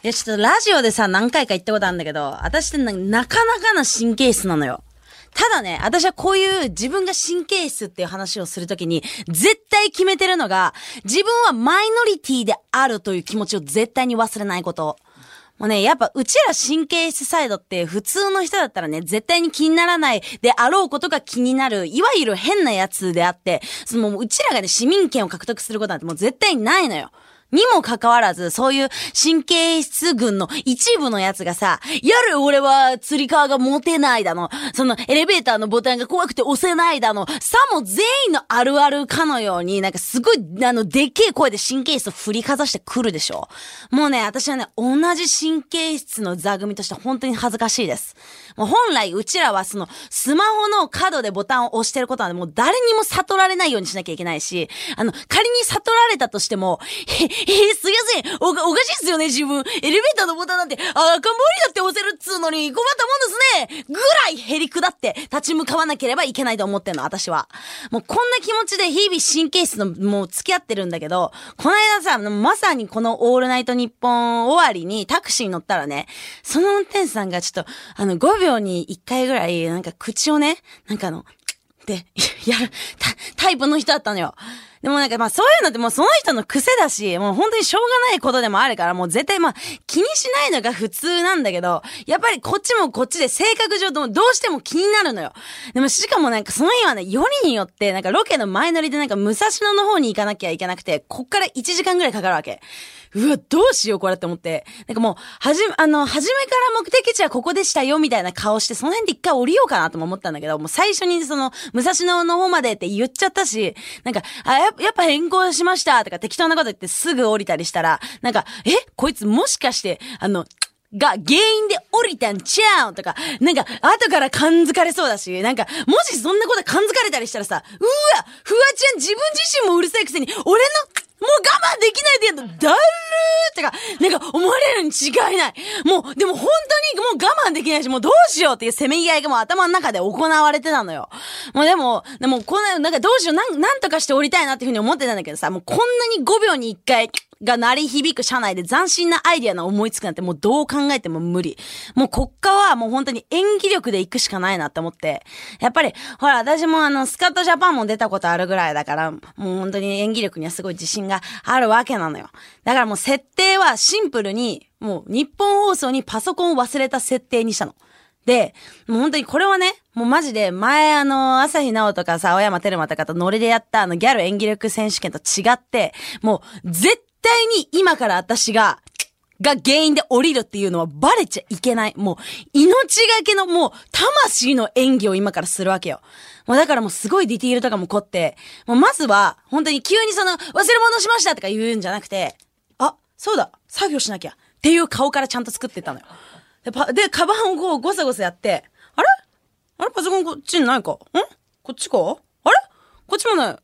や、ちょっとラジオでさ、何回か言ったことあるんだけど、私ってなかなかな神経質なのよ。ただね、私はこういう自分が神経質っていう話をするときに、絶対決めてるのが、自分はマイノリティであるという気持ちを絶対に忘れないこと。もうね、やっぱうちら神経質サイドって普通の人だったらね、絶対に気にならないであろうことが気になる、いわゆる変なやつであって、もううちらがね、市民権を獲得することなんてもう絶対にないのよ。にもかかわらず、そういう神経質群の一部のやつがさ、俺は釣り革が持てないだの、そのエレベーターのボタンが怖くて押せないだの、さも全員のあるあるかのように、なんかすごい、でっけえ声で神経質を振りかざしてくるでしょ。もうね、私はね、同じ神経質の座組として本当に恥ずかしいです。もう本来、うちらはその、スマホの角でボタンを押してることはね、もう誰にも悟られないようにしなきゃいけないし、仮に悟られたとしても、すいません。おかしいっすよね、自分。エレベーターのボタンなんて、赤ん坊にだって押せるっつうのに、困ったもんですね。ぐらいへりくだって、立ち向かわなければいけないと思ってんの、私は。もうこんな気持ちで日々神経質の、もう付き合ってるんだけど、この間さ、まさにこのオールナイトニッポン終わりにタクシーに乗ったらね、その運転手さんがちょっと、5秒に1回ぐらい、なんか口をね、なんかで、やる、タイプの人だったのよ。でもなんかそういうのってもうその人の癖だし、もう本当にしょうがないことでもあるから、もう絶対気にしないのが普通なんだけど、やっぱりこっちもこっちで性格上どうしても気になるのよ。でもしかもなんかその日はね、よりによってなんかロケの前乗りでなんか武蔵野の方に行かなきゃいけなくて、こっから1時間ぐらいかかるわけ。うわ、どうしようこれって思って。なんかもう、初めから目的地はここでしたよみたいな顔して、その辺で一回降りようかなとも思ったんだけど、もう最初にその、武蔵野の方までって言っちゃったし、なんか、やっぱ変更しましたとか適当なこと言ってすぐ降りたりしたら、なんか、こいつもしかして、が原因で降りたんちゃうとか、なんか、後から感づかれそうだし、なんか、もしそんなこと感づかれたりしたらさ、うわ、フワちゃん自分自身もうるさいくせに、俺の、もう我慢できないでやんの、だるーってか、なんか思われるに違いない。もう、でも本当にもう我慢できないし、もうどうしようっていうせめぎ合いがもう頭の中で行われてたのよ。もうでも、こんな、なんかどうしよう、なんとかして降りたいなっていうふうに思ってたんだけどさ、もうこんなに5秒に1回、が鳴り響く車内で斬新なアイディアな思いつくなんてもうどう考えても無理。もう国家はもう本当に演技力で行くしかないなって思って。やっぱり、ほら私もスカットジャパンも出たことあるぐらいだから、もう本当に演技力にはすごい自信があるわけなのよ。だからもう設定はシンプルに、もう日本放送にパソコンを忘れた設定にしたの。で、もう本当にこれはね、もうマジで前朝日奈央とかさ、青山テルマとかとノリでやったギャル演技力選手権と違って、もう絶対に今から私が原因で降りるっていうのはバレちゃいけない。もう命がけのもう魂の演技を今からするわけよ。もうだからもうすごいディティールとかも凝って、もうまずは本当に急に忘れ物しましたとか言うんじゃなくて、そうだ、作業しなきゃっていう顔からちゃんと作ってったのよ。で、カバンをこうゴソゴソやって、あれパソコンこっちにないか？こっちか？あれこっちもない。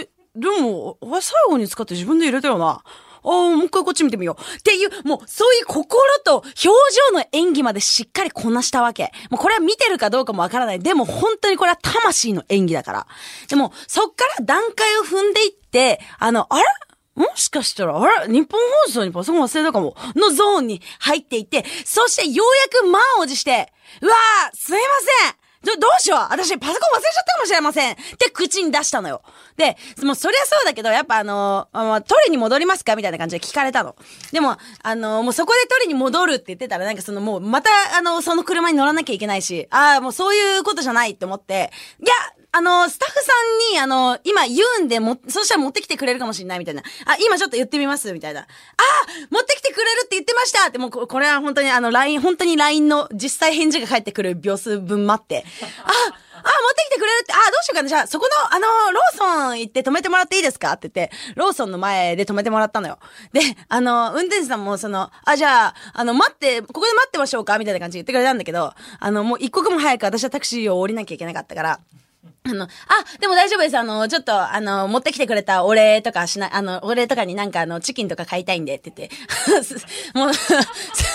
でも、最後に使って自分で入れたよな。もう一回こっち見てみよう。っていう、もうそういう心と表情の演技までしっかりこなしたわけ。もうこれは見てるかどうかもわからない。でも本当にこれは魂の演技だから。でも、そっから段階を踏んでいって、あれもしかしたら、日本放送にパソコン忘れたかも、のゾーンに入っていって、そしてようやく満を持して、うわー、すいませんどうしよう私パソコン忘れちゃったかもしれませんって口に出したのよ。で、もうそりゃそうだけど、やっぱ取りに戻りますかみたいな感じで聞かれたの。でも、もうそこで取りに戻るって言ってたら、なんかもうまたその車に乗らなきゃいけないし、もうそういうことじゃないって思って、いや、スタッフさんに、今言うんでそしたら持ってきてくれるかもしれないみたいな。今ちょっと言ってみますみたいな。持ってきてくれるって言ってましたって、もうこれは本当にLINE、本当に LINE の実際返事が返ってくる秒数分待って。持ってきてくれるって、どうしようかな。じゃあ、そこの、ローソン行って止めてもらっていいですかって言って、ローソンの前で止めてもらったのよ。で、運転手さんもじゃあ、ここで待ってましょうかみたいな感じで言ってくれたんだけど、もう一刻も早く私はタクシーを降りなきゃいけなかったから、でも大丈夫です。ちょっと、持ってきてくれたお礼とかお礼とかになんかチキンとか買いたいんでって言って、もう、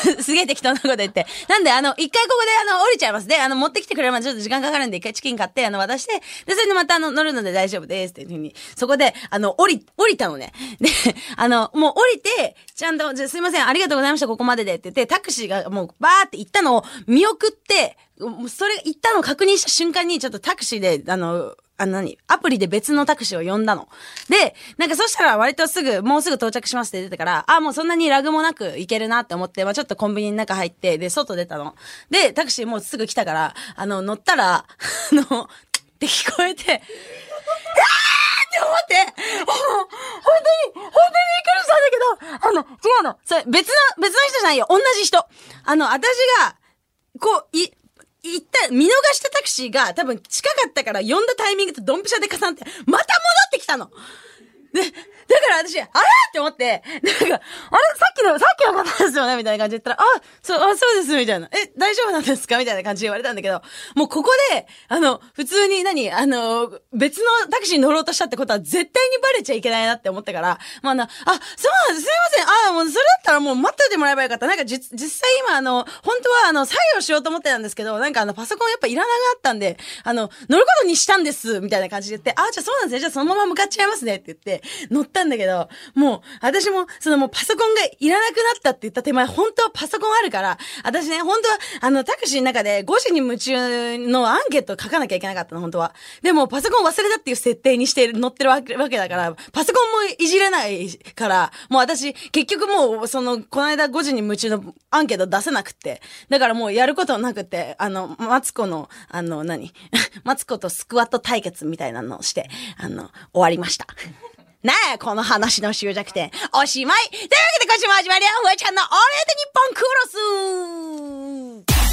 すげえ適当なこと言って。なんで、一回ここで降りちゃいます。で、持ってきてくれるまでちょっと時間かかるんで、一回チキン買って、渡して、で、それでまた乗るので大丈夫ですっていうふうに、そこで、降りたのね。で、もう降りて、ちゃんと、すいません、ありがとうございました、ここまででって言って、タクシーがもうバーって行ったのを見送って、それ行ったのを確認した瞬間に、ちょっとタクシーで、アプリで別のタクシーを呼んだの。で、なんかそしたら割ともうすぐ到着しますって出てから、もうそんなにラグもなく行けるなって思って、ちょっとコンビニの中入って、で、外出たの。で、タクシーもうすぐ来たから、乗ったら、って聞こえて、って思って、本当にびっくりしたんだけど、違うの。それ、別の人じゃないよ。同じ人。私が、こう、見逃したタクシーが多分近かったから呼んだタイミングとドンピシャで重なって、また戻ってきたの。で、だから私、あれって思って、なんか、あれさっきの方ですよねみたいな感じで言ったら、そうです、みたいな。大丈夫なんですかみたいな感じで言われたんだけど、もうここで、普通に別のタクシーに乗ろうとしたってことは絶対にバレちゃいけないなって思ったから、そうなんです、すいません、もうそれだったらもう待っておいてもらえばよかった。なんか実際今本当は作業しようと思ってたんですけど、なんかパソコンやっぱいらなくなったんで、乗ることにしたんです、みたいな感じで言って、じゃあそうなんですね、じゃあそのまま向かっちゃいますねって言って、乗ったんだけど、もう、私も、もうパソコンがいらなくなったって言った手前、本当はパソコンあるから、私ね、本当は、タクシーの中で5時に夢中のアンケートを書かなきゃいけなかったの、本当は。でも、パソコン忘れたっていう設定にして乗ってるわけだから、パソコンもいじれないから、もう私、結局もう、この間5時に夢中のアンケート出せなくって。だからもうやることなくて、マツコの、マツコとスクワット対決みたいなのをして、終わりました。ねえ、この話の終着点。おしまい。というわけで今週も始まりは、フワちゃんのオールナイトニッポンクロス。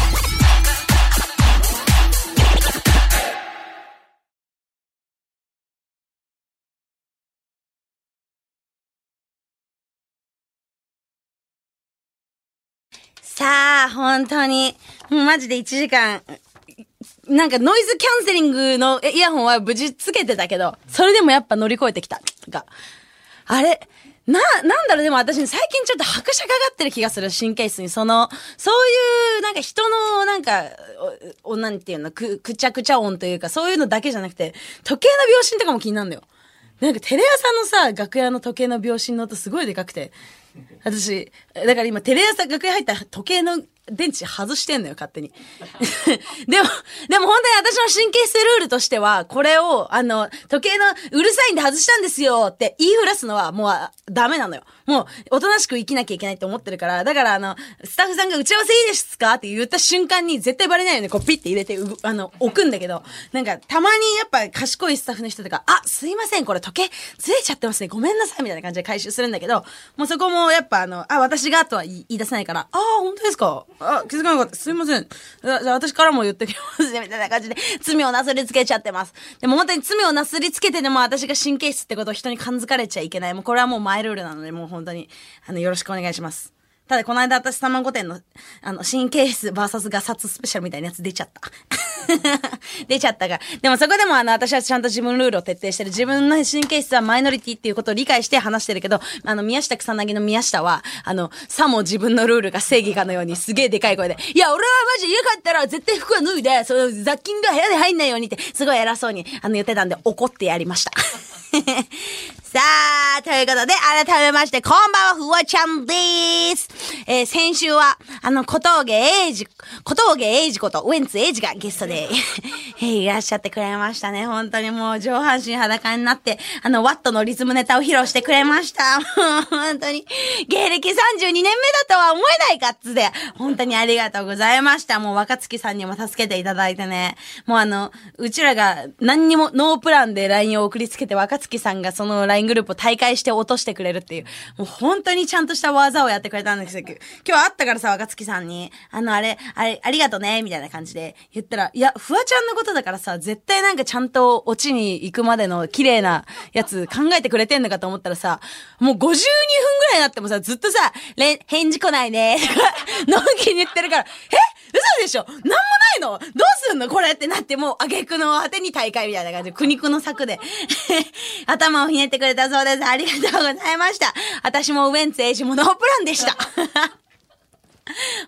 さあ、本当に、マジで1時間、なんかノイズキャンセリングのイヤホンは無事つけてたけど、それでもやっぱ乗り越えてきた。あれ、なんだろう、でも私最近ちょっと拍車かかってる気がする、神経質に。そういうなんか人のなんか、なんていうの、くちゃくちゃ音というか、そういうのだけじゃなくて、時計の秒針とかも気になるんだよ。なんかテレ朝のさ、楽屋の時計の秒針の音すごいでかくて。私、だから今テレ朝楽屋入ったら時計の電池外してんのよ、勝手に。でも本当に私の神経質ルールとしては、これを、時計のうるさいんで外したんですよって言いふらすのはもうダメなのよ。もう、おとなしく生きなきゃいけないって思ってるから、だからスタッフさんが打ち合わせいいですかって言った瞬間に絶対バレないようにこうピッて入れて、置くんだけど、なんか、たまにやっぱ賢いスタッフの人とか、すいません、これ時計ずれちゃってますね、ごめんなさい、みたいな感じで回収するんだけど、もうそこもやっぱ私がとは言い出せないから、本当ですか？気づかなかった。すいません。じゃあ私からも言ってきますね、みたいな感じで、罪をなすりつけちゃってます。でも本当に罪をなすりつけてでも私が神経質ってことを人に感づかれちゃいけない。もうこれはもうマイルールなので、もう本当に、よろしくお願いします。ただこの間私3万5点の、神経質 VS ガサツスペシャルみたいなやつ出ちゃった。出ちゃったが。でもそこでも私はちゃんと自分ルールを徹底してる。自分の神経質はマイノリティっていうことを理解して話してるけど、宮下草薙の宮下は、さも自分のルールが正義かのようにすげえでかい声で、いや、俺はマジ家帰ったら絶対服は脱いで、雑菌が部屋で入んないようにって、すごい偉そうに、言ってたんで怒ってやりました。さあ、ということで、改めまして、こんばんは、フワちゃんでーす。先週は、小峠英二ことウエンツ英二がゲストで、いらっしゃってくれましたね。本当にもう上半身裸になって、ワットのリズムネタを披露してくれました。本当に、芸歴32年目だとは思えないかっつで、本当にありがとうございました。もう若月さんにも助けていただいてね。もううちらが何にもノープランで LINE を送りつけて若月さんがその LINE グループを退会して落としてくれるっていう、もう本当にちゃんとした技をやってくれたんですけど、今日会ったからさ、若月さんに、あれ、ありがとね、みたいな感じで言ったら、いや、フワちゃんのことだからさ、絶対なんかちゃんとオチに行くまでの綺麗なやつ考えてくれてんのかと思ったらさ、もう52分ぐらいになってもさ、ずっとさ、返事来ないね、とか、のんきに言ってるから、嘘でしょ？なんもないの？どうすんのこれってなって、もう挙句の果てに大会みたいな感じで、苦肉の策で頭をひねってくれたそうです。ありがとうございました。私もウエンツ英二もノープランでした。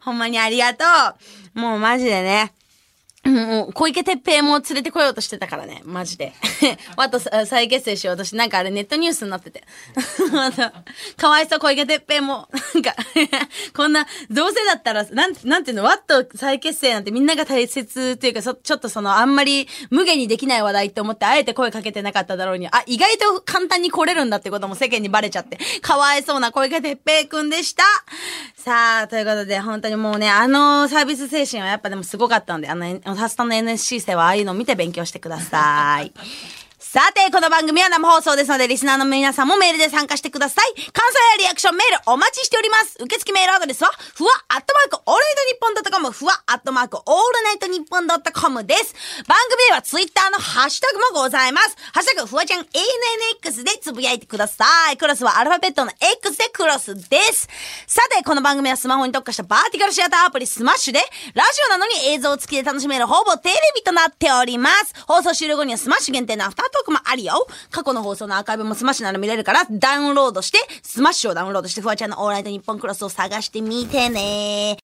ほんまにありがとう。もうマジでね。もう、小池徹平も連れてこようとしてたからね、マジで。あと、再結成しようとして、なんかあれネットニュースになってて。また、かわいそう小池徹平も、なんか、こんな、どうせだったら、なんていうの、ワット再結成なんてみんなが大切っていうか、ちょっとあんまり無限にできない話題って思って、あえて声かけてなかっただろうに、意外と簡単に来れるんだってことも世間にバレちゃって、かわいそうな小池徹平くんでした。さあ、ということで、本当にもうね、サービス精神はやっぱでもすごかったんで、ハスタの NSC 生はああいうのを見て勉強してください。さて、この番組は生放送ですので、リスナーの皆さんもメールで参加してください。感想やリアクションメールお待ちしております。受付メールアドレスは、ふわ@オールナイトニッポン.com、ふわ@オールナイトニッポン.com です。番組ではツイッターのハッシュタグもございます。ハッシュタグ、ふわちゃん ANNX でつぶやいてください。クロスはアルファベットの X でクロスです。さて、この番組はスマホに特化したバーティカルシアターアプリスマッシュで、ラジオなのに映像付きで楽しめるほぼテレビとなっております。放送終了後にはスマッシュ限定のアフタートークもあるよ。過去の放送のアーカイブもスマッシュなら見れるから、ダウンロードして、スマッシュをダウンロードして、フワちゃんのオールナイトニッポンクロスを探してみてね。